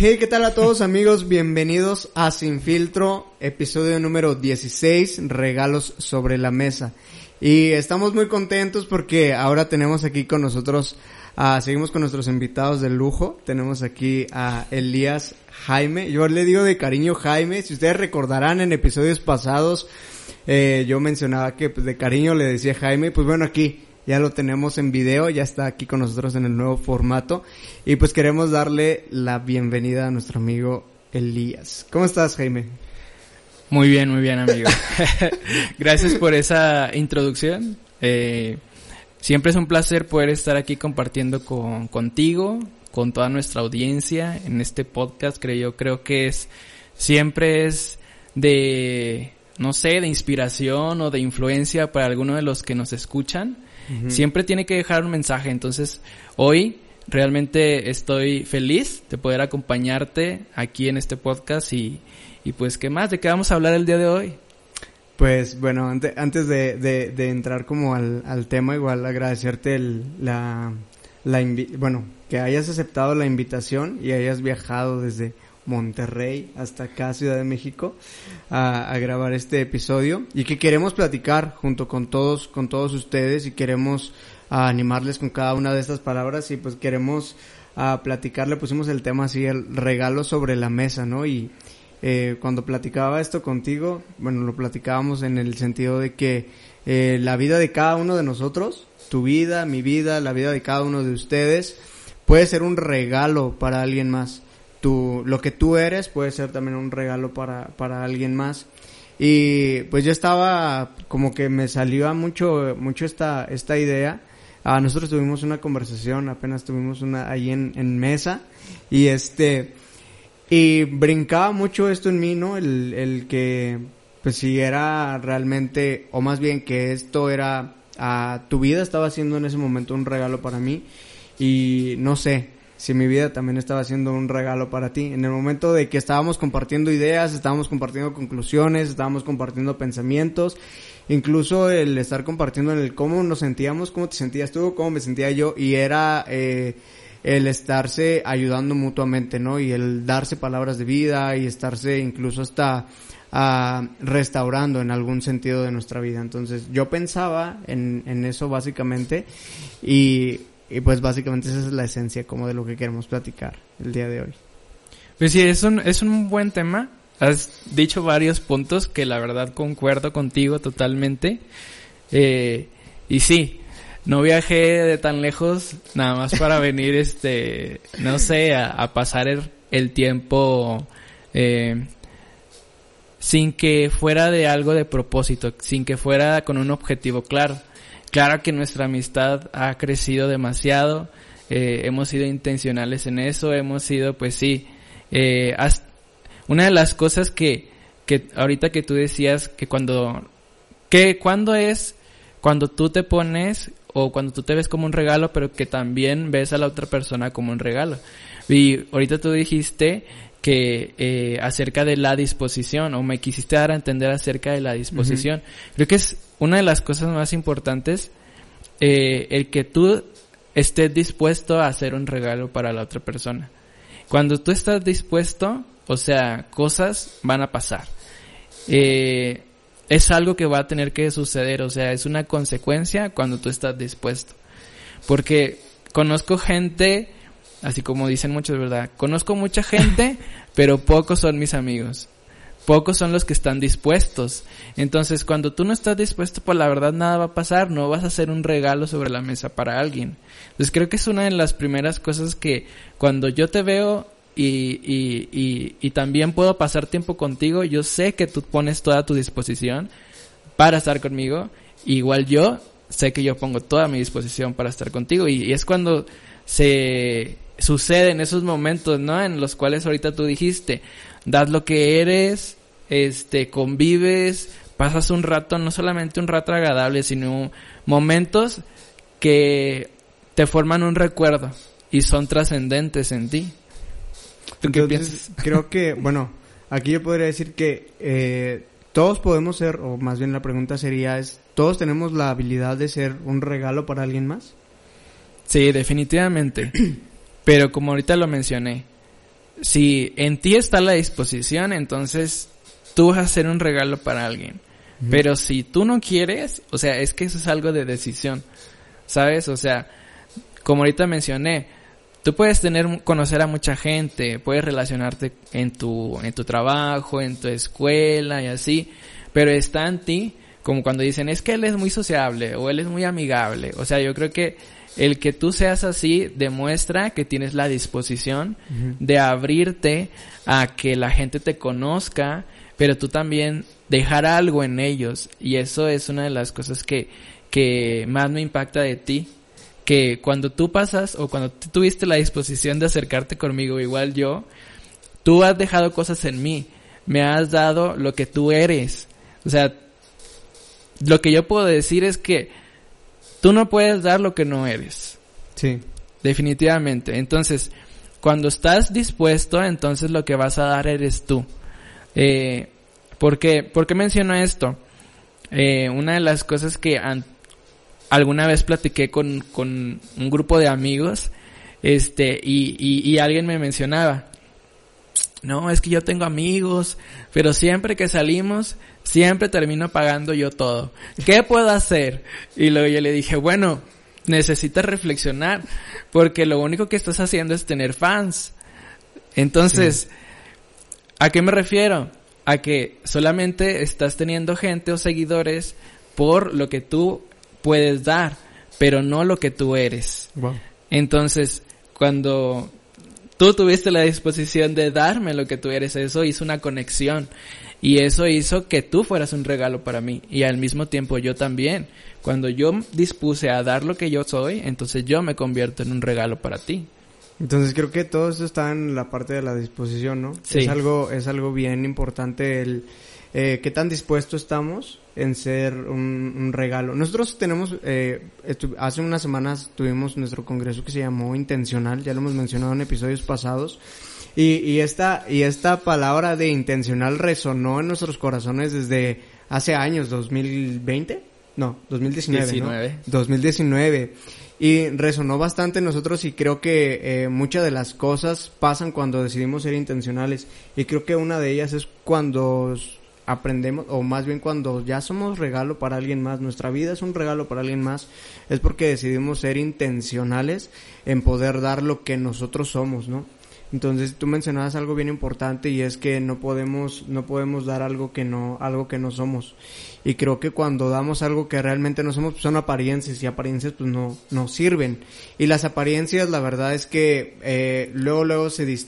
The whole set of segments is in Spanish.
Hey, ¿qué tal a todos amigos? Bienvenidos a Sin Filtro, episodio número 16, regalos sobre la mesa. Y estamos muy contentos porque ahora tenemos aquí con nosotros, seguimos con nuestros invitados de lujo. Tenemos aquí a Elías Jaime, yo le digo de cariño Jaime. Si ustedes recordarán en episodios pasados, yo mencionaba que pues de cariño le decía Jaime. Pues bueno, aquí ya lo tenemos en video, ya está aquí con nosotros en el nuevo formato. Y pues queremos darle la bienvenida a nuestro amigo Elías. ¿Cómo estás, Jaime? Muy bien, amigo. Gracias por esa introducción. Siempre es un placer poder estar aquí compartiendo contigo, con toda nuestra audiencia en este podcast. Creo que siempre es de, no sé, de inspiración o de influencia para alguno de los que nos escuchan. Uh-huh. Siempre tiene que dejar un mensaje. Entonces, hoy realmente estoy feliz de poder acompañarte aquí en este podcast y pues, ¿qué más? ¿De qué vamos a hablar el día de hoy? Pues, bueno, antes de entrar como al tema, igual agradecerte que hayas aceptado la invitación y hayas viajado desde Monterrey hasta acá, Ciudad de México, a grabar este episodio, y que queremos platicar junto con todos ustedes, y queremos animarles con cada una de estas palabras, y pues queremos platicar. Le pusimos el tema así, el regalo sobre la mesa, ¿no? Y cuando platicaba esto contigo, bueno, lo platicábamos en el sentido de que la vida de cada uno de nosotros, tu vida, mi vida, la vida de cada uno de ustedes, puede ser un regalo para alguien más. Lo que tú eres puede ser también un regalo para alguien más. Y pues yo estaba, como que me salió mucho esta idea. Nosotros tuvimos una conversación, apenas tuvimos una ahí en mesa, y brincaba mucho esto en mí, ¿no? El que, pues si era realmente, o más bien que esto era, tu vida estaba siendo en ese momento un regalo para mí, y no sé si mi vida también estaba siendo un regalo para ti. En el momento de que estábamos compartiendo ideas, estábamos compartiendo conclusiones, estábamos compartiendo pensamientos, incluso el estar compartiendo en el cómo nos sentíamos, cómo te sentías tú, cómo me sentía yo, y era el estarse ayudando mutuamente, ¿no? Y el darse palabras de vida y estarse incluso hasta restaurando en algún sentido de nuestra vida. Entonces yo pensaba en eso básicamente, y pues básicamente esa es la esencia como de lo que queremos platicar el día de hoy. Pues sí, es un buen tema. Has dicho varios puntos que la verdad concuerdo contigo totalmente. Y sí, no viajé de tan lejos nada más para venir, no sé, a pasar el tiempo sin que fuera de algo de propósito, sin que fuera con un objetivo claro. Claro que nuestra amistad ha crecido demasiado, hemos sido intencionales en eso, hemos sido, pues sí, una de las cosas que ahorita que tú decías que cuando es cuando tú te pones o cuando tú te ves como un regalo, pero que también ves a la otra persona como un regalo. Y ahorita tú dijiste que acerca de la disposición, o me quisiste dar a entender acerca de la disposición. Uh-huh. Creo que es una de las cosas más importantes, el que tú estés dispuesto a hacer un regalo para la otra persona. Cuando tú estás dispuesto, o sea, cosas van a pasar. Es algo que va a tener que suceder, o sea, es una consecuencia cuando tú estás dispuesto. Porque conozco gente, así como dicen muchos, ¿verdad? Conozco mucha gente, pero pocos son mis amigos. Pocos son los que están dispuestos. Entonces, cuando tú no estás dispuesto, pues la verdad nada va a pasar. No vas a hacer un regalo sobre la mesa para alguien. Entonces, creo que es una de las primeras cosas que cuando yo te veo y también puedo pasar tiempo contigo, yo sé que tú pones toda tu disposición para estar conmigo. Igual yo sé que yo pongo toda mi disposición para estar contigo. Y es cuando se suceden esos momentos, ¿no? En los cuales ahorita tú dijiste, das lo que eres, convives, pasas un rato, no solamente un rato agradable, sino momentos que te forman un recuerdo y son trascendentes en ti. ¿Tú qué piensas? Creo que, bueno, aquí yo podría decir que todos podemos ser, o más bien la pregunta sería, ¿todos tenemos la habilidad de ser un regalo para alguien más? Sí, definitivamente. Pero como ahorita lo mencioné, si en ti está la disposición, entonces tú vas a hacer un regalo para alguien. Pero si tú no quieres, o sea, es que eso es algo de decisión, ¿sabes? O sea, como ahorita mencioné, tú puedes conocer a mucha gente, puedes relacionarte en tu trabajo, en tu escuela y así, pero está en ti, como cuando dicen, es que él es muy sociable o él es muy amigable. O sea, yo creo que el que tú seas así demuestra que tienes la disposición de abrirte a que la gente te conozca, pero tú también dejar algo en ellos. Y eso es una de las cosas que más me impacta de ti. Que cuando tú pasas o cuando tú tuviste la disposición de acercarte conmigo, igual yo, tú has dejado cosas en mí. Me has dado lo que tú eres. O sea, lo que yo puedo decir es que tú no puedes dar lo que no eres. Sí. Definitivamente. Entonces, cuando estás dispuesto, entonces lo que vas a dar eres tú. ¿Por qué menciono esto? Una de las cosas que alguna vez platiqué con un grupo de amigos, y alguien me mencionaba, no, es que yo tengo amigos, pero siempre que salimos, siempre termino pagando yo todo. ¿Qué puedo hacer? Y luego yo le dije, bueno, necesitas reflexionar, porque lo único que estás haciendo es tener fans. Entonces, ¿a qué me refiero? A que solamente estás teniendo gente o seguidores por lo que tú puedes dar, pero no lo que tú eres. Wow. Entonces, cuando tú tuviste la disposición de darme lo que tú eres, eso hizo una conexión. Y eso hizo que tú fueras un regalo para mí. Y al mismo tiempo yo también. Cuando yo dispuse a dar lo que yo soy, entonces yo me convierto en un regalo para ti. Entonces creo que todo eso está en la parte de la disposición, ¿no? Sí. Es algo bien importante el qué tan dispuestos estamos en ser un regalo. Nosotros tenemos, hace unas semanas tuvimos nuestro congreso que se llamó Intencional, ya lo hemos mencionado en episodios pasados, y esta palabra de intencional resonó en nuestros corazones desde hace años, 2020, no, 2019, 19. ¿no? 2019. Y resonó bastante en nosotros y creo que muchas de las cosas pasan cuando decidimos ser intencionales. Y creo que una de ellas es cuando aprendemos, o más bien cuando ya somos regalo para alguien más, nuestra vida es un regalo para alguien más, es porque decidimos ser intencionales en poder dar lo que nosotros somos, ¿no? Entonces tú mencionabas algo bien importante y es que no podemos dar algo que no somos. Y creo que cuando damos algo que realmente no somos, pues son apariencias, y apariencias pues no sirven. Y las apariencias, la verdad es que luego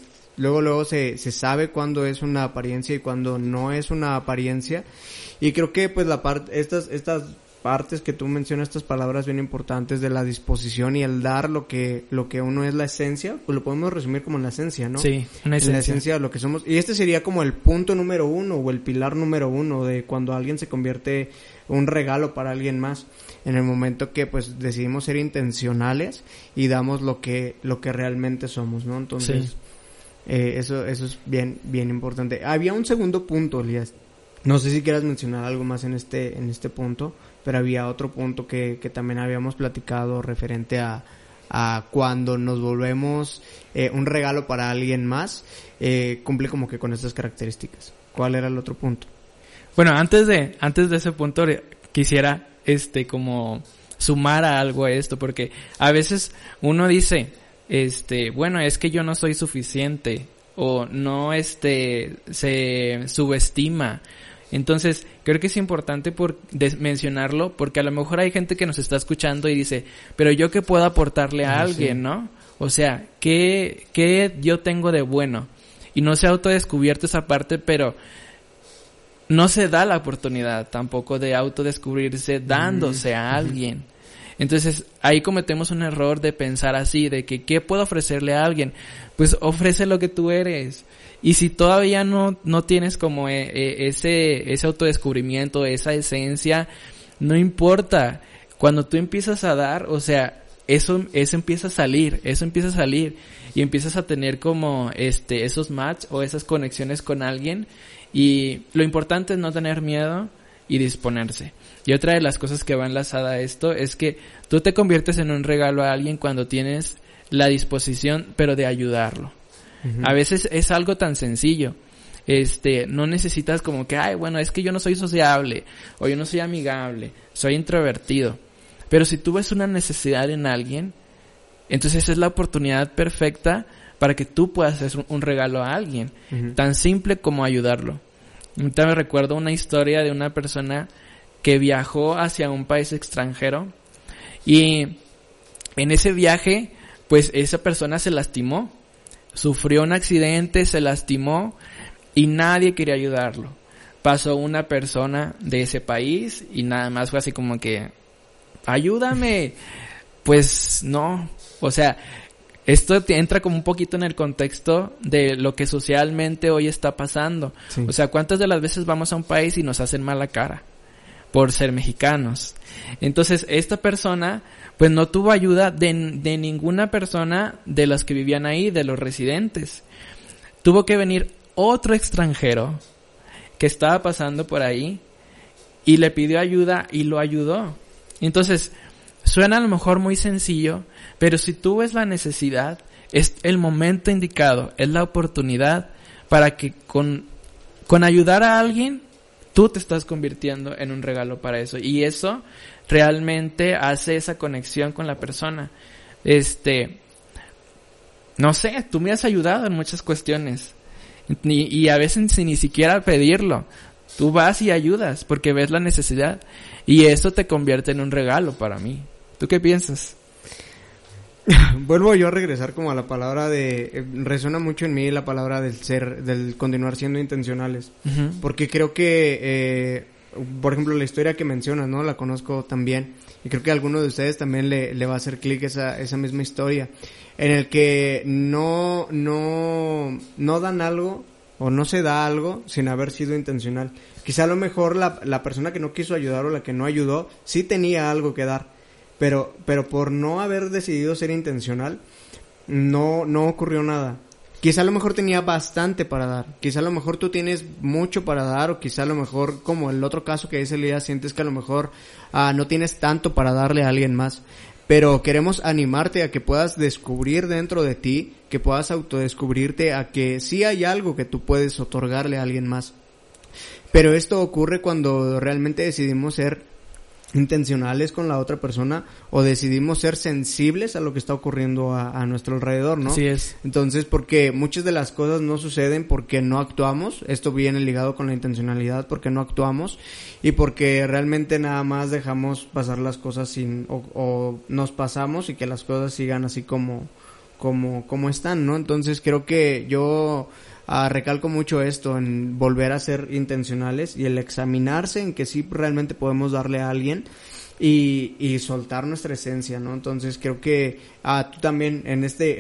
se sabe cuándo es una apariencia y cuándo no es una apariencia. Y creo que pues estas partes que tú mencionas, estas palabras bien importantes de la disposición y el dar lo que uno es la esencia, pues lo podemos resumir como en la esencia, ¿no? Sí, una esencia. En la esencia de lo que somos. Y este sería como el punto número 1 o el pilar número 1 de cuando alguien se convierte un regalo para alguien más. En el momento que pues decidimos ser intencionales y damos lo que realmente somos, ¿no? Entonces, sí. Eso es bien importante. Había un segundo punto, Elías. No sé si quieras mencionar algo más en este punto, pero había otro punto que también habíamos platicado referente a cuando nos volvemos un regalo para alguien más, cumple como que con estas características. ¿Cuál era el otro punto? Bueno, antes de ese punto quisiera como sumar a algo a esto, porque a veces uno dice, bueno, es que yo no soy suficiente, o no se subestima. Entonces, creo que es importante mencionarlo, porque a lo mejor hay gente que nos está escuchando y dice, pero yo qué puedo aportarle a alguien, ¿no? O sea, ¿qué yo tengo de bueno? Y no se ha autodescubierto esa parte, pero no se da la oportunidad tampoco de autodescubrirse dándose a alguien. Entonces, ahí cometemos un error de pensar así, de que ¿qué puedo ofrecerle a alguien? Pues ofrece lo que tú eres. Y si todavía no tienes como ese autodescubrimiento, esa esencia, no importa. Cuando tú empiezas a dar, o sea, eso empieza a salir, y empiezas a tener como esos match o esas conexiones con alguien, y lo importante es no tener miedo y disponerse. Y otra de las cosas que va enlazada a esto es que tú te conviertes en un regalo a alguien cuando tienes la disposición, pero de ayudarlo. A veces es algo tan sencillo. No necesitas como que, bueno, es que yo no soy sociable, o yo no soy amigable, soy introvertido. Pero si tú ves una necesidad en alguien, entonces es la oportunidad perfecta para que tú puedas hacer un regalo a alguien. Tan simple como ayudarlo. Ahorita me recuerdo una historia de una persona que viajó hacia un país extranjero, y en ese viaje, pues esa persona se lastimó, sufrió un accidente, se lastimó, y nadie quería ayudarlo. Pasó una persona de ese país y nada más fue así como que, ayúdame. Pues no, o sea, esto entra como un poquito en el contexto de lo que socialmente hoy está pasando. Sí. O sea, ¿cuántas de las veces vamos a un país y nos hacen mala cara por ser mexicanos? Entonces, esta persona pues no tuvo ayuda de ninguna persona de las que vivían ahí, de los residentes. Tuvo que venir otro extranjero que estaba pasando por ahí y le pidió ayuda y lo ayudó. Entonces, suena a lo mejor muy sencillo, pero si tú ves la necesidad, es el momento indicado, es la oportunidad para que con ayudar a alguien, tú te estás convirtiendo en un regalo para eso. Y eso realmente hace esa conexión con la persona. No sé, tú me has ayudado en muchas cuestiones. Y a veces sin ni siquiera pedirlo. Tú vas y ayudas porque ves la necesidad. Y eso te convierte en un regalo para mí. ¿Tú qué piensas? Vuelvo yo a regresar como a la palabra resuena mucho en mí la palabra del continuar siendo intencionales. Uh-huh. Porque creo que, por ejemplo, la historia que mencionas, ¿no? La conozco también. Y creo que a alguno de ustedes también le va a hacer clic esa misma historia. En el que no dan algo o no se da algo sin haber sido intencional. Quizá a lo mejor la persona que no quiso ayudar o la que no ayudó sí tenía algo que dar, pero por no haber decidido ser intencional no ocurrió nada. Quizá a lo mejor tenía bastante para dar, quizá a lo mejor tú tienes mucho para dar, o quizá a lo mejor, como el otro caso que dice Elías, sientes que a lo mejor no tienes tanto para darle a alguien más. Pero queremos animarte a que puedas descubrir dentro de ti, que puedas autodescubrirte a que sí hay algo que tú puedes otorgarle a alguien más. Pero esto ocurre cuando realmente decidimos ser intencionales con la otra persona o decidimos ser sensibles a lo que está ocurriendo a nuestro alrededor, ¿no? Así es. Entonces, porque muchas de las cosas no suceden porque no actuamos, esto viene ligado con la intencionalidad, porque no actuamos y porque realmente nada más dejamos pasar las cosas o nos pasamos y que las cosas sigan así como están, ¿no? Entonces creo que yo recalco mucho esto, en volver a ser intencionales y el examinarse en que sí realmente podemos darle a alguien y soltar nuestra esencia, ¿no? Entonces creo que tú también en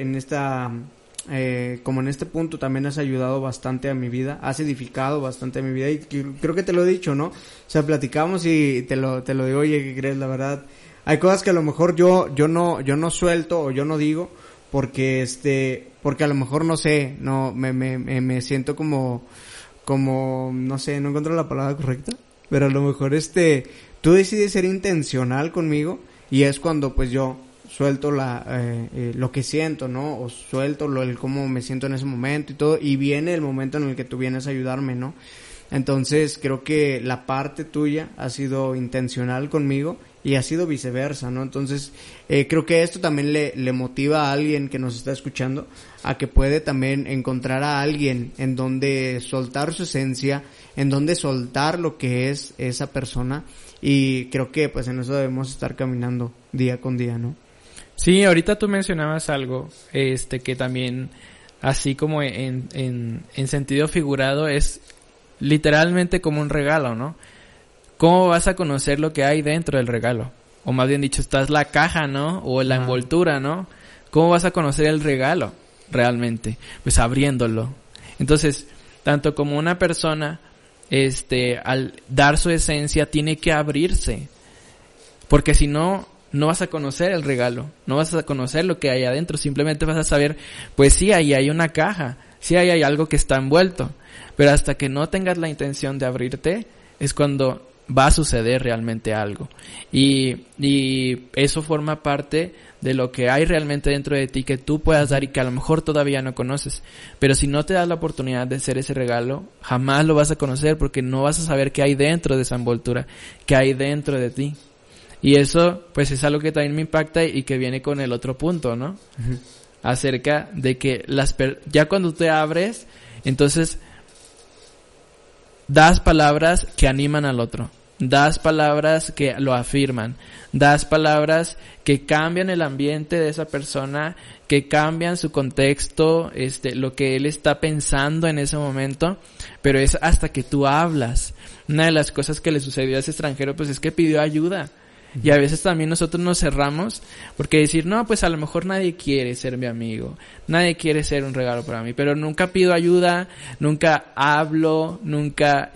este punto también has ayudado bastante a mi vida, has edificado bastante a mi vida y creo que te lo he dicho, ¿no? O sea, platicamos y te lo digo, oye, ¿qué crees? La verdad, hay cosas que a lo mejor yo no suelto o yo no digo porque a lo mejor no sé, no me siento como no sé, no encuentro la palabra correcta, pero a lo mejor tú decides ser intencional conmigo y es cuando pues yo suelto lo que siento, ¿no? O suelto el cómo me siento en ese momento y todo, y viene el momento en el que tú vienes a ayudarme, ¿no? Entonces creo que la parte tuya ha sido intencional conmigo y ha sido viceversa, ¿no? Entonces creo que esto también le motiva a alguien que nos está escuchando a que puede también encontrar a alguien en donde soltar su esencia, en donde soltar lo que es esa persona, y creo que pues en eso debemos estar caminando día con día, ¿no? Sí, ahorita tú mencionabas algo que también así como en sentido figurado es literalmente como un regalo, ¿no? ¿Cómo vas a conocer lo que hay dentro del regalo? O más bien dicho, está la caja, ¿no? O la envoltura, ¿no? ¿Cómo vas a conocer el regalo realmente? Pues abriéndolo. Entonces, tanto como una persona, al dar su esencia, tiene que abrirse. Porque si no, no vas a conocer el regalo. No vas a conocer lo que hay adentro. Simplemente vas a saber, pues sí, ahí hay una caja. Sí, ahí hay algo que está envuelto. Pero hasta que no tengas la intención de abrirte, es cuando va a suceder realmente algo. Y eso forma parte de lo que hay realmente dentro de ti que tú puedas dar y que a lo mejor todavía no conoces. Pero si no te das la oportunidad de hacer ese regalo, jamás lo vas a conocer porque no vas a saber qué hay dentro de esa envoltura, qué hay dentro de ti. Y eso, pues, es algo que también me impacta y que viene con el otro punto, ¿no? Uh-huh. Acerca de que ya cuando te abres, entonces das palabras que animan al otro. Das palabras que lo afirman. Das palabras que cambian el ambiente de esa persona, que cambian su contexto, lo que él está pensando en ese momento. Pero es hasta que tú hablas. Una de las cosas que le sucedió a ese extranjero, pues, es que pidió ayuda. Y a veces también nosotros nos cerramos porque decir, no, pues a lo mejor nadie quiere ser mi amigo, nadie quiere ser un regalo para mí, pero nunca pido ayuda, nunca hablo, nunca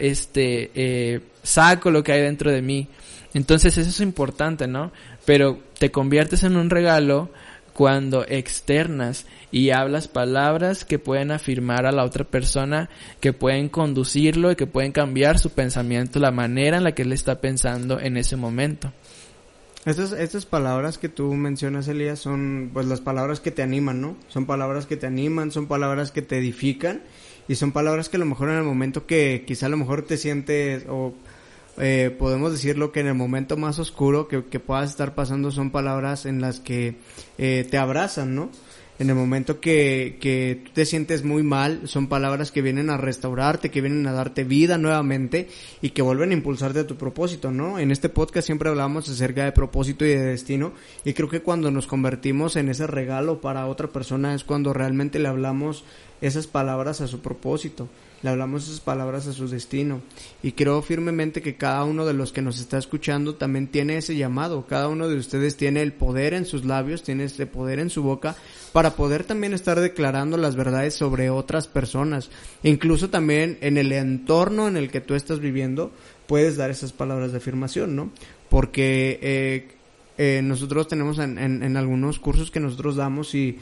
saco lo que hay dentro de mí. Entonces eso es importante, ¿no? Pero te conviertes en un regalo cuando externas y hablas palabras que pueden afirmar a la otra persona, que pueden conducirlo y que pueden cambiar su pensamiento, la manera en la que él está pensando en ese momento. Estas palabras que tú mencionas, Elías, son pues las palabras que te animan, ¿no? Son palabras que te animan, son palabras que te edifican y son palabras que a lo mejor en el momento que quizá a lo mejor te sientes o podemos decirlo que en el momento más oscuro que puedas estar pasando son palabras en las que te abrazan, ¿no? En el momento que tú te sientes muy mal, son palabras que vienen a restaurarte, que vienen a darte vida nuevamente y que vuelven a impulsarte a tu propósito, ¿no? En este podcast siempre hablamos acerca de propósito y de destino y creo que cuando nos convertimos en ese regalo para otra persona es cuando realmente le hablamos esas palabras a su propósito. Le hablamos esas palabras a su destino y creo firmemente que cada uno de los que nos está escuchando también tiene ese llamado. Cada uno de ustedes tiene el poder en sus labios, tiene ese poder en su boca para poder también estar declarando las verdades sobre otras personas. Incluso también en el entorno en el que tú estás viviendo puedes dar esas palabras de afirmación, ¿no? Porque nosotros tenemos en algunos cursos que nosotros damos y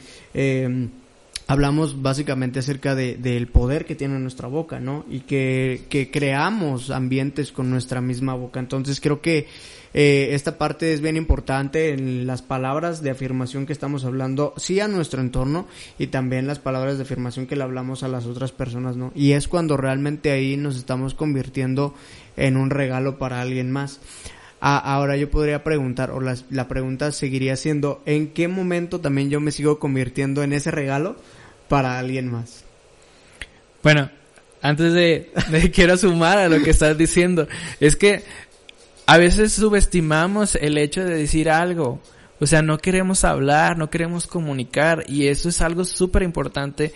hablamos básicamente acerca del poder que tiene nuestra boca, ¿no? Y que creamos ambientes con nuestra misma boca. Entonces creo que esta parte es bien importante en las palabras de afirmación que estamos hablando, sí a nuestro entorno y también las palabras de afirmación que le hablamos a las otras personas, ¿no? Y es cuando realmente ahí nos estamos convirtiendo en un regalo para alguien más. Ahora yo podría preguntar, o la pregunta seguiría siendo, ¿en qué momento también yo me sigo convirtiendo en ese regalo para alguien más? Bueno, antes de quiero sumar a lo que estás diciendo, es que a veces subestimamos el hecho de decir algo, o sea, no queremos hablar, no queremos comunicar, y eso es algo súper importante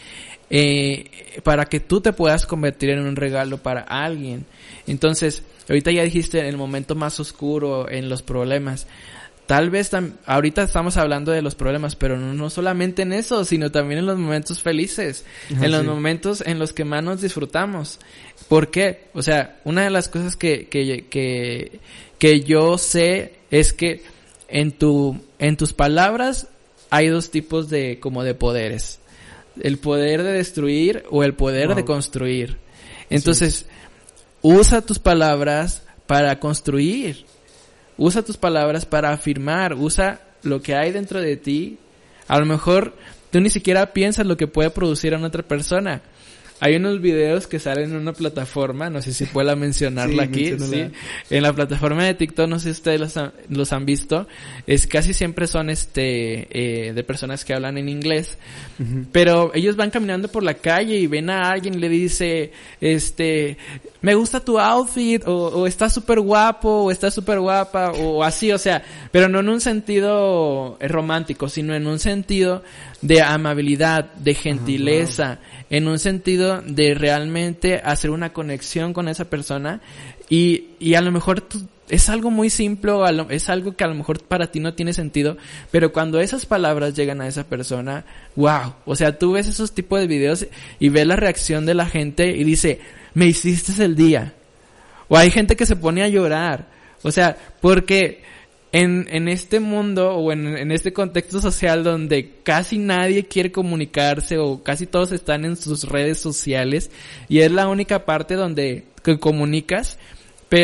para que tú te puedas convertir en un regalo para alguien. Entonces, ahorita ya dijiste en el momento más oscuro, en los problemas. Tal vez ahorita estamos hablando de los problemas, pero no solamente en eso, sino también en los momentos felices, en los momentos en los que más nos disfrutamos. ¿Por qué? O sea, una de las cosas que yo sé es que en tus palabras hay dos tipos de poderes. El poder de destruir o el poder de construir. Entonces, usa tus palabras para construir. Usa tus palabras para afirmar, usa lo que hay dentro de ti. A lo mejor tú ni siquiera piensas lo que puede producir a una otra persona. Hay unos videos que salen en una plataforma, no sé si pueda mencionarla aquí, ¿sí? En la plataforma de TikTok, no sé si ustedes los han visto, casi siempre son de personas que hablan en inglés, pero ellos van caminando por la calle y ven a alguien y le dice, me gusta tu outfit, o estás súper guapo, o estás súper guapa, o así, o sea, pero no en un sentido romántico, sino en un sentido de amabilidad, de gentileza, en un sentido de realmente hacer una conexión con esa persona y a lo mejor es algo muy simple, es algo que a lo mejor para ti no tiene sentido, pero cuando esas palabras llegan a esa persona, wow, o sea, tú ves esos tipos de videos y ves la reacción de la gente y dice, me hiciste el día, o hay gente que se pone a llorar, o sea, porque en este mundo o en este contexto social donde casi nadie quiere comunicarse o casi todos están en sus redes sociales y es la única parte donde que comunicas, pero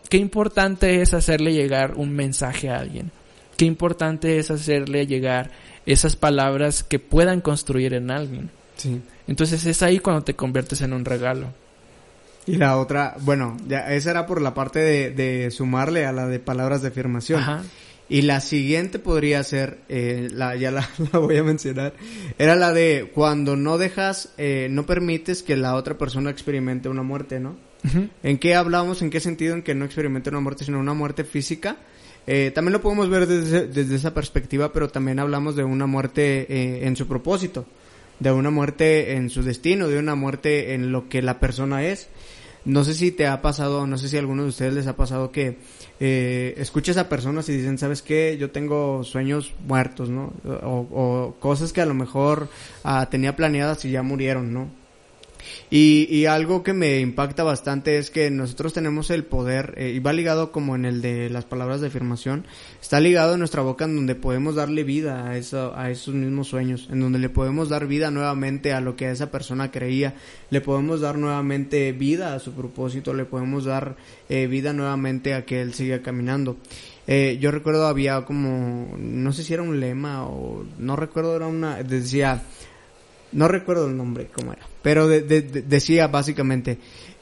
qué importante es hacerle llegar un mensaje a alguien. Qué importante es hacerle llegar esas palabras que puedan construir en alguien. Sí. Entonces es ahí cuando te conviertes en un regalo. Y la otra, bueno, ya esa era por la parte de sumarle a la de palabras de afirmación. Ajá. Y la siguiente podría ser, la voy a mencionar, era la de cuando no dejas, no permites que la otra persona experimente una muerte, ¿no? Uh-huh. ¿En qué hablamos? ¿En qué sentido? En que no experimente una muerte, sino una muerte física. También lo podemos ver desde esa perspectiva, pero también hablamos de una muerte en su propósito, de una muerte en su destino, de una muerte en lo que la persona es. No sé si te ha pasado, no sé si a alguno de ustedes les ha pasado que escuchas a personas y dicen, ¿sabes qué? Yo tengo sueños muertos, ¿no? O cosas que a lo mejor tenía planeadas y ya murieron, ¿no? Y algo que me impacta bastante es que nosotros tenemos el poder, y va ligado como en el de las palabras de afirmación, está ligado en nuestra boca, en donde podemos darle vida a esos mismos sueños, en donde le podemos dar vida nuevamente a lo que esa persona creía, le podemos dar nuevamente vida a su propósito, le podemos dar vida nuevamente a que él siga caminando. Yo recuerdo había como, no sé si era un lema o no recuerdo, decía, no recuerdo el nombre cómo era, pero decía básicamente,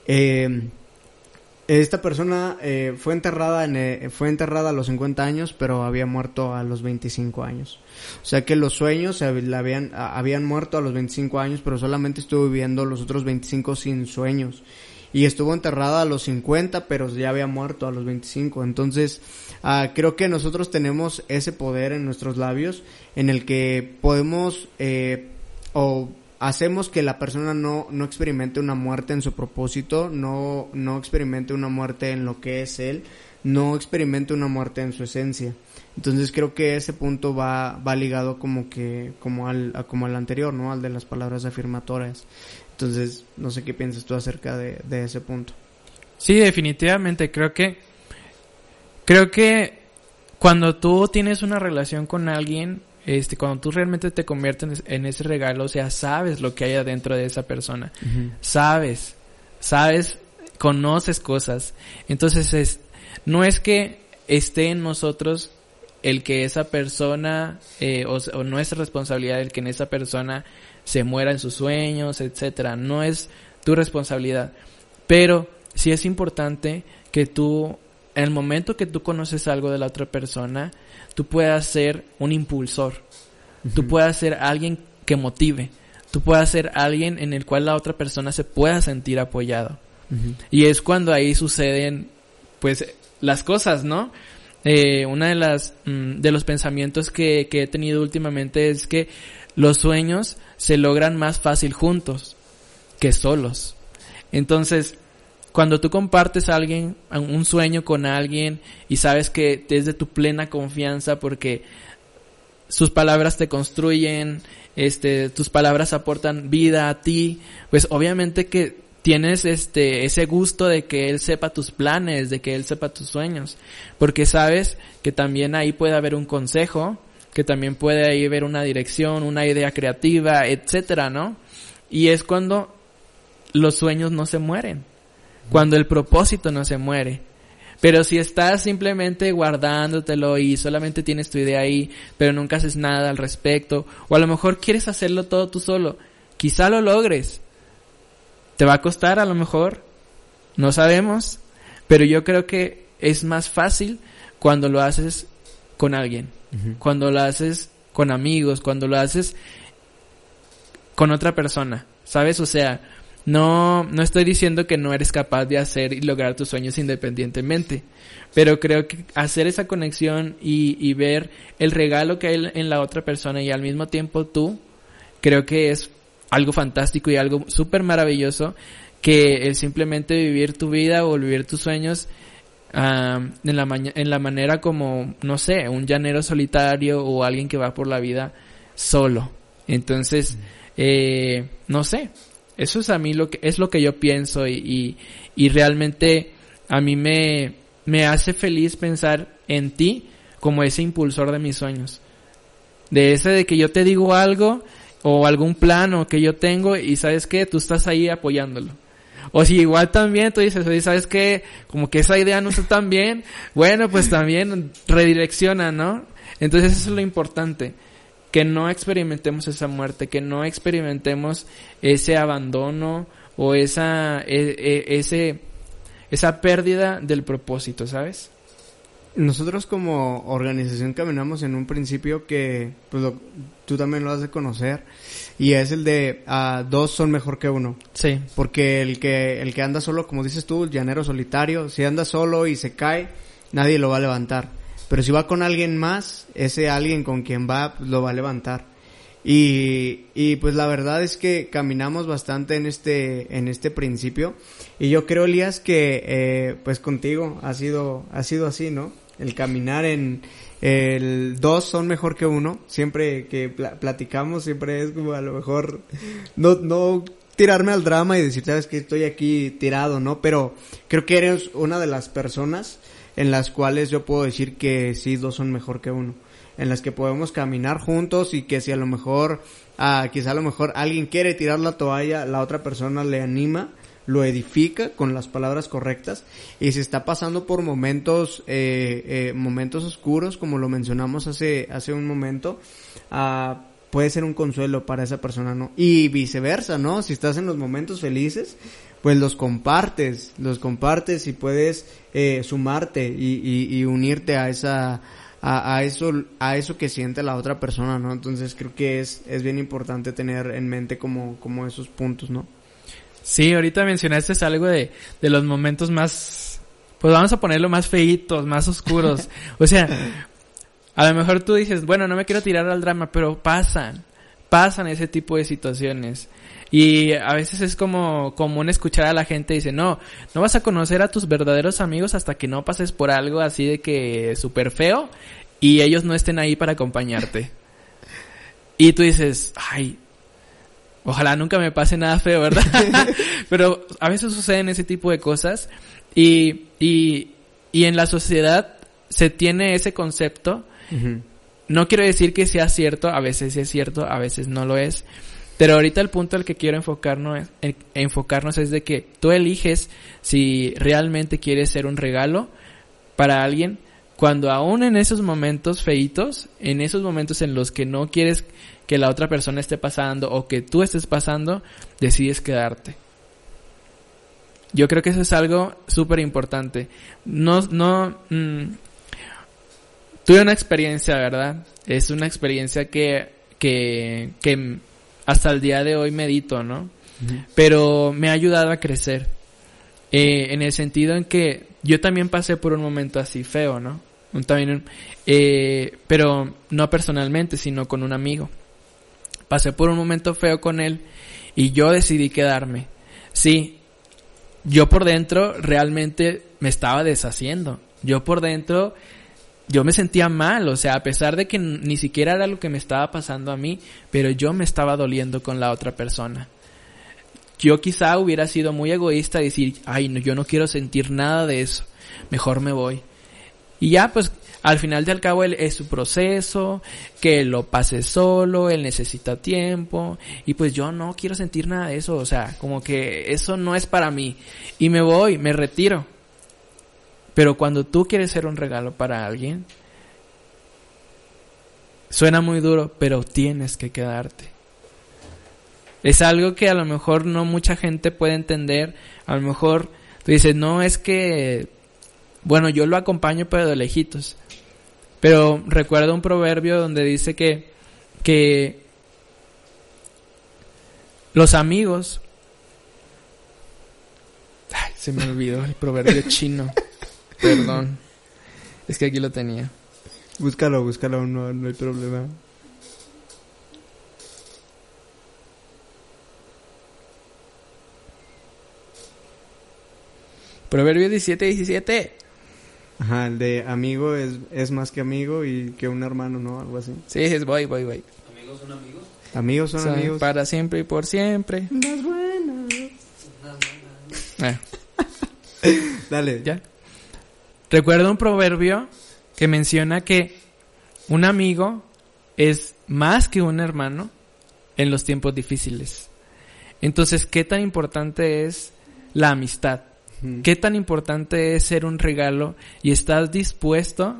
esta persona fue enterrada a los 50 años, pero había muerto a los 25 años. O sea que los sueños habían muerto a los 25 años, pero solamente estuvo viviendo los otros 25 sin sueños. Y estuvo enterrada a los 50, pero ya había muerto a los 25. Entonces, creo que nosotros tenemos ese poder en nuestros labios, en el que podemos o hacemos que la persona no experimente una muerte en su propósito, no experimente una muerte en lo que es él, no experimente una muerte en su esencia. Entonces creo que ese punto va ligado como al anterior, ¿no? Al de las palabras afirmatorias. Entonces, no sé qué piensas tú acerca de ese punto. Sí, definitivamente, creo que cuando tú tienes una relación con alguien, cuando tú realmente te conviertes en ese regalo, o sea, sabes lo que hay adentro de esa persona. Uh-huh. Sabes, conoces cosas. Entonces, no es que esté en nosotros el que esa persona, o no es responsabilidad el que en esa persona se muera en sus sueños, etcétera. No es tu responsabilidad. Pero sí es importante que tú, en el momento que tú conoces algo de la otra persona, tú puedas ser un impulsor. Uh-huh. Tú puedas ser alguien que motive. Tú puedas ser alguien en el cual la otra persona se pueda sentir apoyado. Uh-huh. Y es cuando ahí suceden, pues, las cosas, ¿no? Una de los pensamientos que he tenido últimamente es que los sueños se logran más fácil juntos que solos. Entonces, cuando tú compartes un sueño con alguien y sabes que es de tu plena confianza porque sus palabras te construyen, tus palabras aportan vida a ti, pues obviamente que tienes ese gusto de que él sepa tus planes, de que él sepa tus sueños, porque sabes que también ahí puede haber un consejo, que también puede ahí haber una dirección, una idea creativa, etcétera, ¿no? Y es cuando los sueños no se mueren, cuando el propósito no se muere. Pero si estás simplemente guardándotelo y solamente tienes tu idea ahí, pero nunca haces nada al respecto, o a lo mejor quieres hacerlo todo tú solo, quizá lo logres. ¿Te va a costar a lo mejor? No sabemos, pero yo creo que es más fácil cuando lo haces con alguien, uh-huh. Cuando lo haces con amigos, cuando lo haces con otra persona, ¿sabes? O sea, no estoy diciendo que no eres capaz de hacer y lograr tus sueños independientemente, pero creo que hacer esa conexión y ver el regalo que hay en la otra persona y al mismo tiempo tú, creo que es algo fantástico y algo súper maravilloso, que el simplemente vivir tu vida o vivir tus sueños en la manera como, no sé, un llanero solitario o alguien que va por la vida solo. Entonces, no sé, eso es a mí lo que yo pienso y realmente a mí me hace feliz pensar en ti como ese impulsor de mis sueños. De que yo te digo algo o algún plan o que yo tengo y ¿sabes qué? Tú estás ahí apoyándolo. O si igual también tú dices, oye, ¿sabes qué? Como que esa idea no está tan bien, bueno, pues también redirecciona, ¿no? Entonces eso es lo importante, que no experimentemos esa muerte, que no experimentemos ese abandono o esa pérdida del propósito, ¿sabes? Nosotros como organización caminamos en un principio que pues tú también lo has de conocer, y es el de dos son mejor que uno. Sí. Porque el que anda solo, como dices tú, llanero solitario, si anda solo y se cae, nadie lo va a levantar. Pero si va con alguien más, ese alguien con quien va, pues, lo va a levantar. Y pues la verdad es que caminamos bastante en este principio. Y yo creo, Elías, que pues contigo ha sido así, ¿no? El caminar en el dos son mejor que uno. Siempre que platicamos, siempre es como a lo mejor no tirarme al drama y decir, sabes que estoy aquí tirado, ¿no? Pero creo que eres una de las personas en las cuales yo puedo decir que sí, dos son mejor que uno. En las que podemos caminar juntos y que si a lo mejor, quizá a lo mejor alguien quiere tirar la toalla, la otra persona le anima, lo edifica con las palabras correctas, y si está pasando por momentos oscuros, como lo mencionamos hace un momento, puede ser un consuelo para esa persona, ¿no? Y viceversa, ¿no? Si estás en los momentos felices, pues los compartes y puedes sumarte y unirte a eso que siente la otra persona, ¿no? Entonces creo que es bien importante tener en mente como esos puntos, ¿no? Sí, ahorita mencionaste algo de los momentos más, pues vamos a ponerlo más feitos, más oscuros. O sea, a lo mejor tú dices, bueno, no me quiero tirar al drama, pero pasan ese tipo de situaciones. Y a veces es como común escuchar a la gente dice, no vas a conocer a tus verdaderos amigos hasta que no pases por algo así de que súper feo y ellos no estén ahí para acompañarte. Y tú dices, ay, ojalá nunca me pase nada feo, ¿verdad? Pero a veces suceden ese tipo de cosas y en la sociedad se tiene ese concepto. Uh-huh. No quiero decir que sea cierto, a veces sí es cierto, a veces no lo es. Pero ahorita el punto al que quiero enfocarnos es de que tú eliges si realmente quieres ser un regalo para alguien, cuando aún en esos momentos feitos, en esos momentos en los que no quieres que la otra persona esté pasando o que tú estés pasando, decides quedarte. Yo creo que eso es algo súper importante. Tuve una experiencia, ¿verdad? Es una experiencia que hasta el día de hoy medito, ¿no? Uh-huh. Pero me ha ayudado a crecer. En el sentido en que yo también pasé por un momento así feo, ¿no? Pero no personalmente, sino con un amigo. Pasé por un momento feo con él y yo decidí quedarme. Sí, yo por dentro realmente me estaba deshaciendo. Yo por dentro, yo me sentía mal, o sea, a pesar de que ni siquiera era lo que me estaba pasando a mí, pero yo me estaba doliendo con la otra persona. Yo quizá hubiera sido muy egoísta y decir, ay, no, yo no quiero sentir nada de eso, mejor me voy. Y ya, pues, al final del cabo, él es su proceso, que él lo pase solo, él necesita tiempo, y pues yo no quiero sentir nada de eso, o sea, como que eso no es para mí. Y me voy, me retiro. Pero cuando tú quieres ser un regalo para alguien, suena muy duro, pero tienes que quedarte. Es algo que a lo mejor no mucha gente puede entender. A lo mejor tú dices, no, es que, bueno, yo lo acompaño pero de lejitos. Pero recuerdo un proverbio donde dice que los amigos... Ay, se me olvidó el proverbio chino. Perdón. Es que aquí lo tenía. Búscalo, no hay problema. Proverbio 17:17. Ajá, el de amigo es más que amigo y que un hermano, ¿no? Algo así. Sí, es voy. ¿Amigos son amigos? Amigos son amigos. Para siempre y por siempre. Las buenas. Dale. ¿Ya? Recuerdo un proverbio que menciona que un amigo es más que un hermano en los tiempos difíciles. Entonces, ¿qué tan importante es la amistad. ¿Qué tan importante es ser un regalo? Y estás dispuesto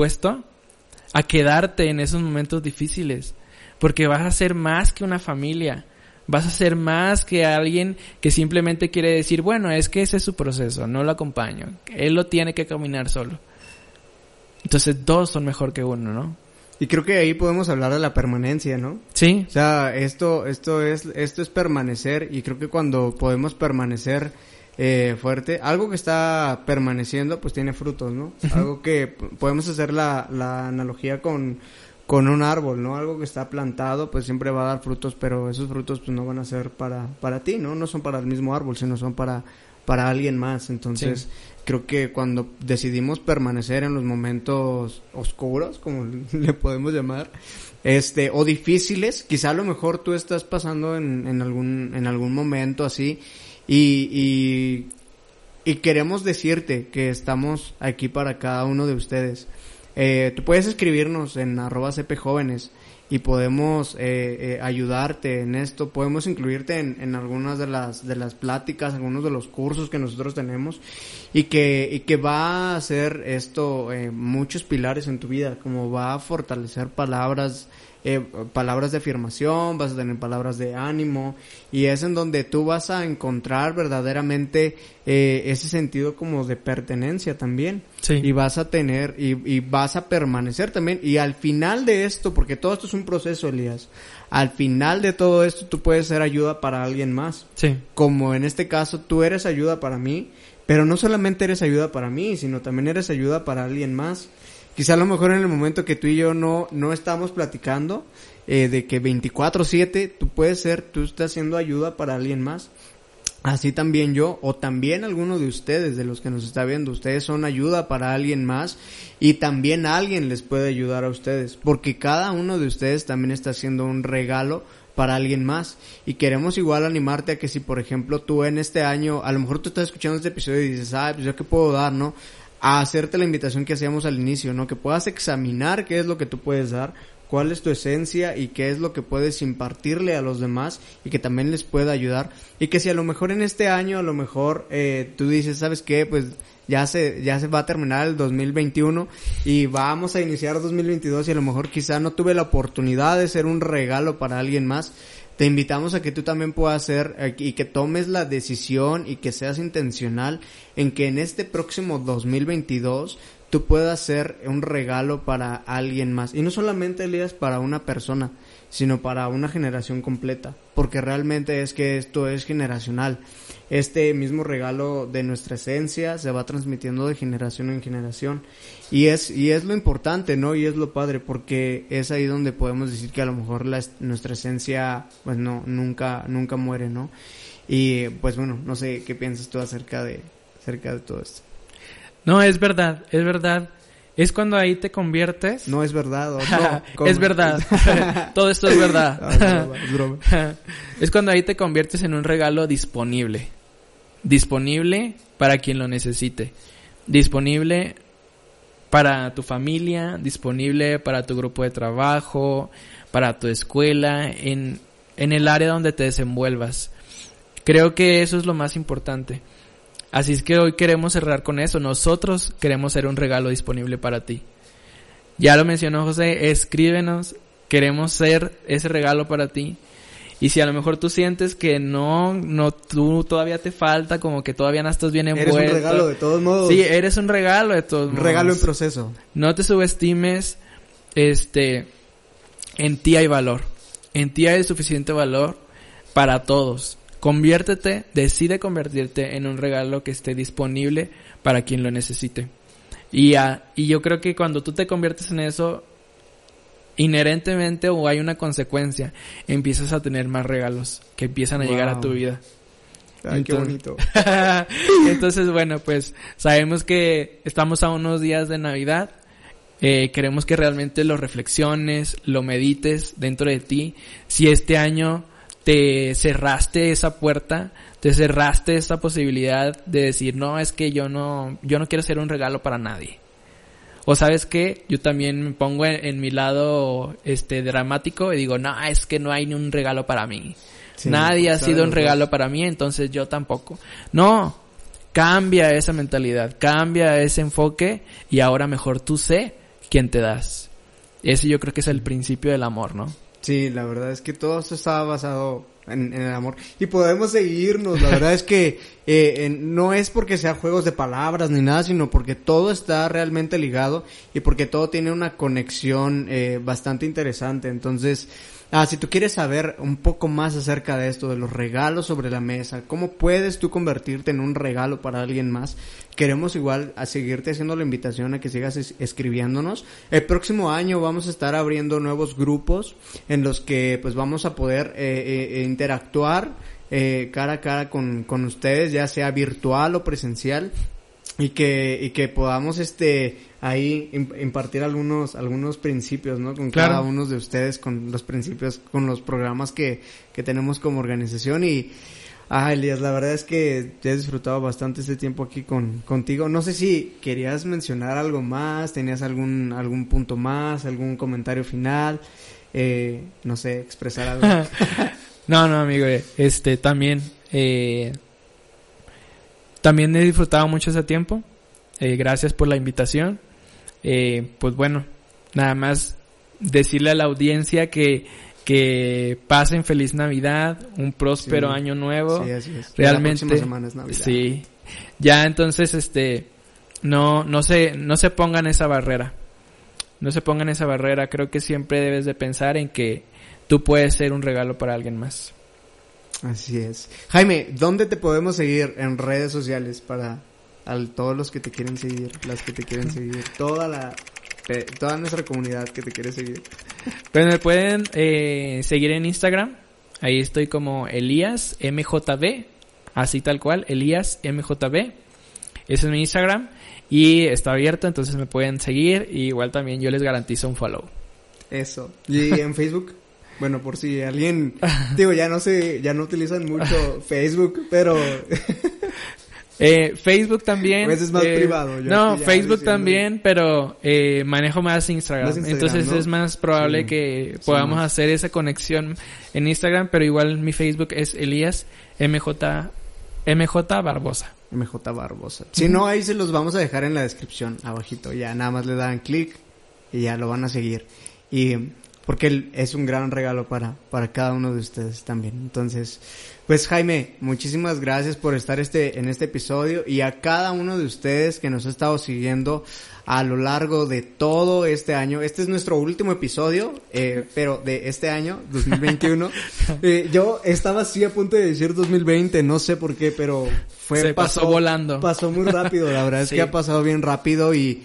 a quedarte en esos momentos difíciles. Porque vas a ser más que una familia. Vas a ser más que alguien que simplemente quiere decir, bueno, es que ese es su proceso, no lo acompaño. Él lo tiene que caminar solo. Entonces, dos son mejor que uno, ¿no? Y creo que ahí podemos hablar de la permanencia, ¿no? Sí. O sea, esto es permanecer, y creo que cuando podemos permanecer fuerte, algo que está permaneciendo, pues tiene frutos, ¿no? Algo que podemos hacer la analogía con un árbol, ¿no? Algo que está plantado, pues siempre va a dar frutos, pero esos frutos pues no van a ser para ti, ¿no? No son para el mismo árbol, sino son para alguien más. Entonces, creo que cuando decidimos permanecer en los momentos oscuros, como le podemos llamar, o difíciles, quizá a lo mejor tú estás pasando en algún momento así, y queremos decirte que estamos aquí para cada uno de ustedes. Tú puedes escribirnos en @cpjóvenes y podemos ayudarte en esto, podemos incluirte en algunas de las pláticas, algunos de los cursos que nosotros tenemos, y que va a hacer esto muchos pilares en tu vida, como va a fortalecer palabras de afirmación, vas a tener palabras de ánimo, y es en donde tú vas a encontrar verdaderamente ese sentido como de pertenencia también. Sí. Y vas a tener, y vas a permanecer también, y al final de esto, porque todo esto es un proceso, Elías, al final de todo esto tú puedes ser ayuda para alguien más. Sí. Como en este caso tú eres ayuda para mí, pero no solamente eres ayuda para mí, sino también eres ayuda para alguien más. Quizá a lo mejor en el momento que tú y yo no estamos platicando, de que 24/7 tú estás siendo ayuda para alguien más. Así también yo, o también alguno de ustedes, de los que nos está viendo, ustedes son ayuda para alguien más, y también alguien les puede ayudar a ustedes, porque cada uno de ustedes también está haciendo un regalo para alguien más. Y queremos igual animarte a que si, por ejemplo, tú en este año, a lo mejor tú estás escuchando este episodio y dices, pues yo qué puedo dar, ¿no? A hacerte la invitación que hacíamos al inicio, ¿no? Que puedas examinar qué es lo que tú puedes dar, cuál es tu esencia y qué es lo que puedes impartirle a los demás, y que también les pueda ayudar. Y que si a lo mejor en este año, a lo mejor tú dices, ¿sabes qué? Pues ya se va a terminar el 2021 y vamos a iniciar 2022, y a lo mejor quizá no tuve la oportunidad de ser un regalo para alguien más. Te invitamos a que tú también puedas ser, y que tomes la decisión y que seas intencional en que en este próximo 2022 tú puedas ser un regalo para alguien más. Y no solamente, Elías, para una persona, sino para una generación completa. Porque realmente es que esto es generacional. Este mismo regalo de nuestra esencia se va transmitiendo de generación en generación. Y es lo importante, ¿no? Y es lo padre, porque es ahí donde podemos decir que a lo mejor nuestra esencia, pues no, nunca muere, ¿no? Y pues bueno, no sé qué piensas tú acerca de todo esto. No, es verdad. Es cuando ahí te conviertes. No es verdad, ¿o no? Es verdad. Todo esto es verdad. No, es broma. Es cuando ahí te conviertes en un regalo disponible. Disponible para quien lo necesite. Disponible para tu familia, disponible para tu grupo de trabajo, para tu escuela, en el área donde te desenvuelvas. Creo que eso es lo más importante. Así es que hoy queremos cerrar con eso. Nosotros queremos ser un regalo disponible para ti. Ya lo mencionó José, escríbenos, queremos ser ese regalo para ti. Y si a lo mejor tú sientes que tú todavía te falta, como que todavía no estás bien envuelto. Eres un regalo de todos modos. Sí, eres un regalo de todos modos. Un regalo en proceso. No te subestimes, en ti hay valor. En ti hay suficiente valor para todos. Decide convertirte en un regalo que esté disponible para quien lo necesite. Y yo creo que cuando tú te conviertes en eso, inherentemente o hay una consecuencia, empiezas a tener más regalos que empiezan a llegar a tu vida. Ay, qué bonito. Entonces, bueno, pues sabemos que estamos a unos días de Navidad. Queremos que realmente lo reflexiones, lo medites dentro de ti. Si este año te cerraste esa puerta, te cerraste esa posibilidad de decir, no, es que yo no quiero ser un regalo para nadie. O sabes qué, yo también me pongo en mi lado dramático y digo, no, es que no hay ni un regalo para mí. Sí, nadie ha sido un regalo para mí, entonces yo tampoco. No, cambia esa mentalidad, cambia ese enfoque y ahora mejor tú sé quién te das. Ese yo creo que es el principio del amor, ¿no? Sí, la verdad es que todo esto está basado en el amor. Y podemos seguirnos, la verdad es que no es porque sea juegos de palabras ni nada, sino porque todo está realmente ligado y porque todo tiene una conexión bastante interesante. Entonces, si tú quieres saber un poco más acerca de esto, de los regalos sobre la mesa, cómo puedes tú convertirte en un regalo para alguien más, queremos igual a seguirte haciendo la invitación a que sigas escribiéndonos. El próximo año vamos a estar abriendo nuevos grupos en los que pues vamos a poder interactuar cara a cara con ustedes, ya sea virtual o presencial, y que podamos ahí impartir algunos principios, ¿no? Con Claro. cada uno de ustedes, con los principios, con los programas que tenemos como organización. Y Elías, la verdad es que te he disfrutado bastante este tiempo aquí contigo. No sé si querías mencionar algo más, tenías algún punto más, algún comentario final, no sé, expresar algo. No, amigo, también he disfrutado mucho ese tiempo. Gracias por la invitación. Pues bueno, nada más decirle a la audiencia que pasen feliz Navidad, un próspero año nuevo. Sí, así es. Realmente. La próxima semana es Navidad. Sí. Ya entonces, no se pongan esa barrera. No se pongan esa barrera. Creo que siempre debes de pensar en que tú puedes ser un regalo para alguien más. Así es. Jaime, ¿dónde te podemos seguir en redes sociales para todos los que te quieren seguir, las que te quieren seguir, toda nuestra comunidad que te quiere seguir? Pues me pueden seguir en Instagram. Ahí estoy como Elías MJB, así tal cual, Elías MJB. Ese es mi Instagram y está abierto, entonces me pueden seguir. Y igual también yo les garantizo un follow. Eso. ¿Y en Facebook? Bueno, por si alguien, digo, ya no utilizan mucho Facebook, pero Facebook también. Pues es más privado. No, Facebook también, pero manejo más Instagram. Entonces ¿no? Es más probable que podamos hacer esa conexión en Instagram, pero igual mi Facebook es Elías MJ Barbosa. MJ Barbosa. Si no, ahí se los vamos a dejar en la descripción, abajito. Ya nada más le dan clic y ya lo van a seguir. Y porque es un gran regalo para cada uno de ustedes también. Entonces, pues Jaime, muchísimas gracias por estar en este episodio, y a cada uno de ustedes que nos ha estado siguiendo a lo largo de todo este año. Este es nuestro último episodio, pero de este año, 2021. Yo estaba así a punto de decir 2020, no sé por qué, pero pasó volando. Pasó muy rápido, la verdad es que ha pasado bien rápido y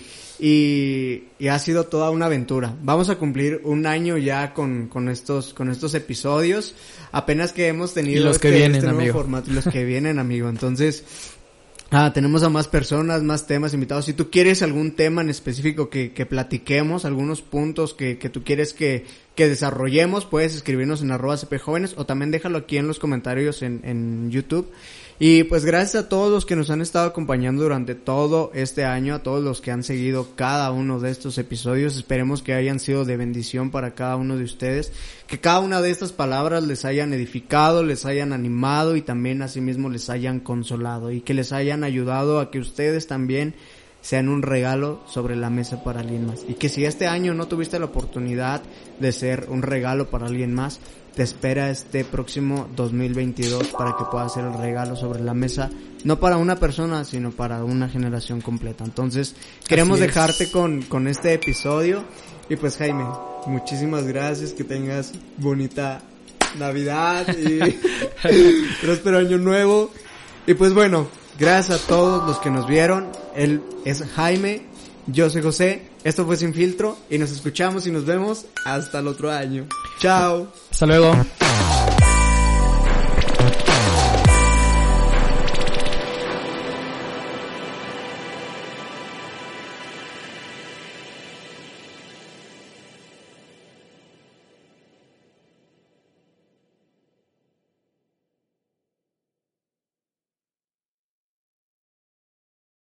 ha sido toda una aventura. Vamos a cumplir un año ya con estos episodios. Apenas que hemos tenido los que vienen, nuevo amigo. formato, y los que vienen, amigo. Entonces, tenemos a más personas, más temas invitados. Si tú quieres algún tema en específico que platiquemos, algunos puntos que tú quieres que desarrollemos, puedes escribirnos en @cpjóvenes, o también déjalo aquí en los comentarios en YouTube. Y pues gracias a todos los que nos han estado acompañando durante todo este año, a todos los que han seguido cada uno de estos episodios. Esperemos que hayan sido de bendición para cada uno de ustedes, que cada una de estas palabras les hayan edificado, les hayan animado y también asimismo les hayan consolado, y que les hayan ayudado a que ustedes también sean un regalo sobre la mesa para alguien más. Y que si este año no tuviste la oportunidad de ser un regalo para alguien más, te espera este próximo 2022 para que puedas hacer el regalo sobre la mesa, no para una persona, sino para una generación completa. Entonces, queremos dejarte con este episodio. Y pues Jaime, muchísimas gracias, que tengas bonita Navidad y próspero año nuevo. Y pues bueno, gracias a todos los que nos vieron. Él es Jaime, yo soy José. Esto fue Sin Filtro y nos escuchamos y nos vemos hasta el otro año. Chao. Hasta luego.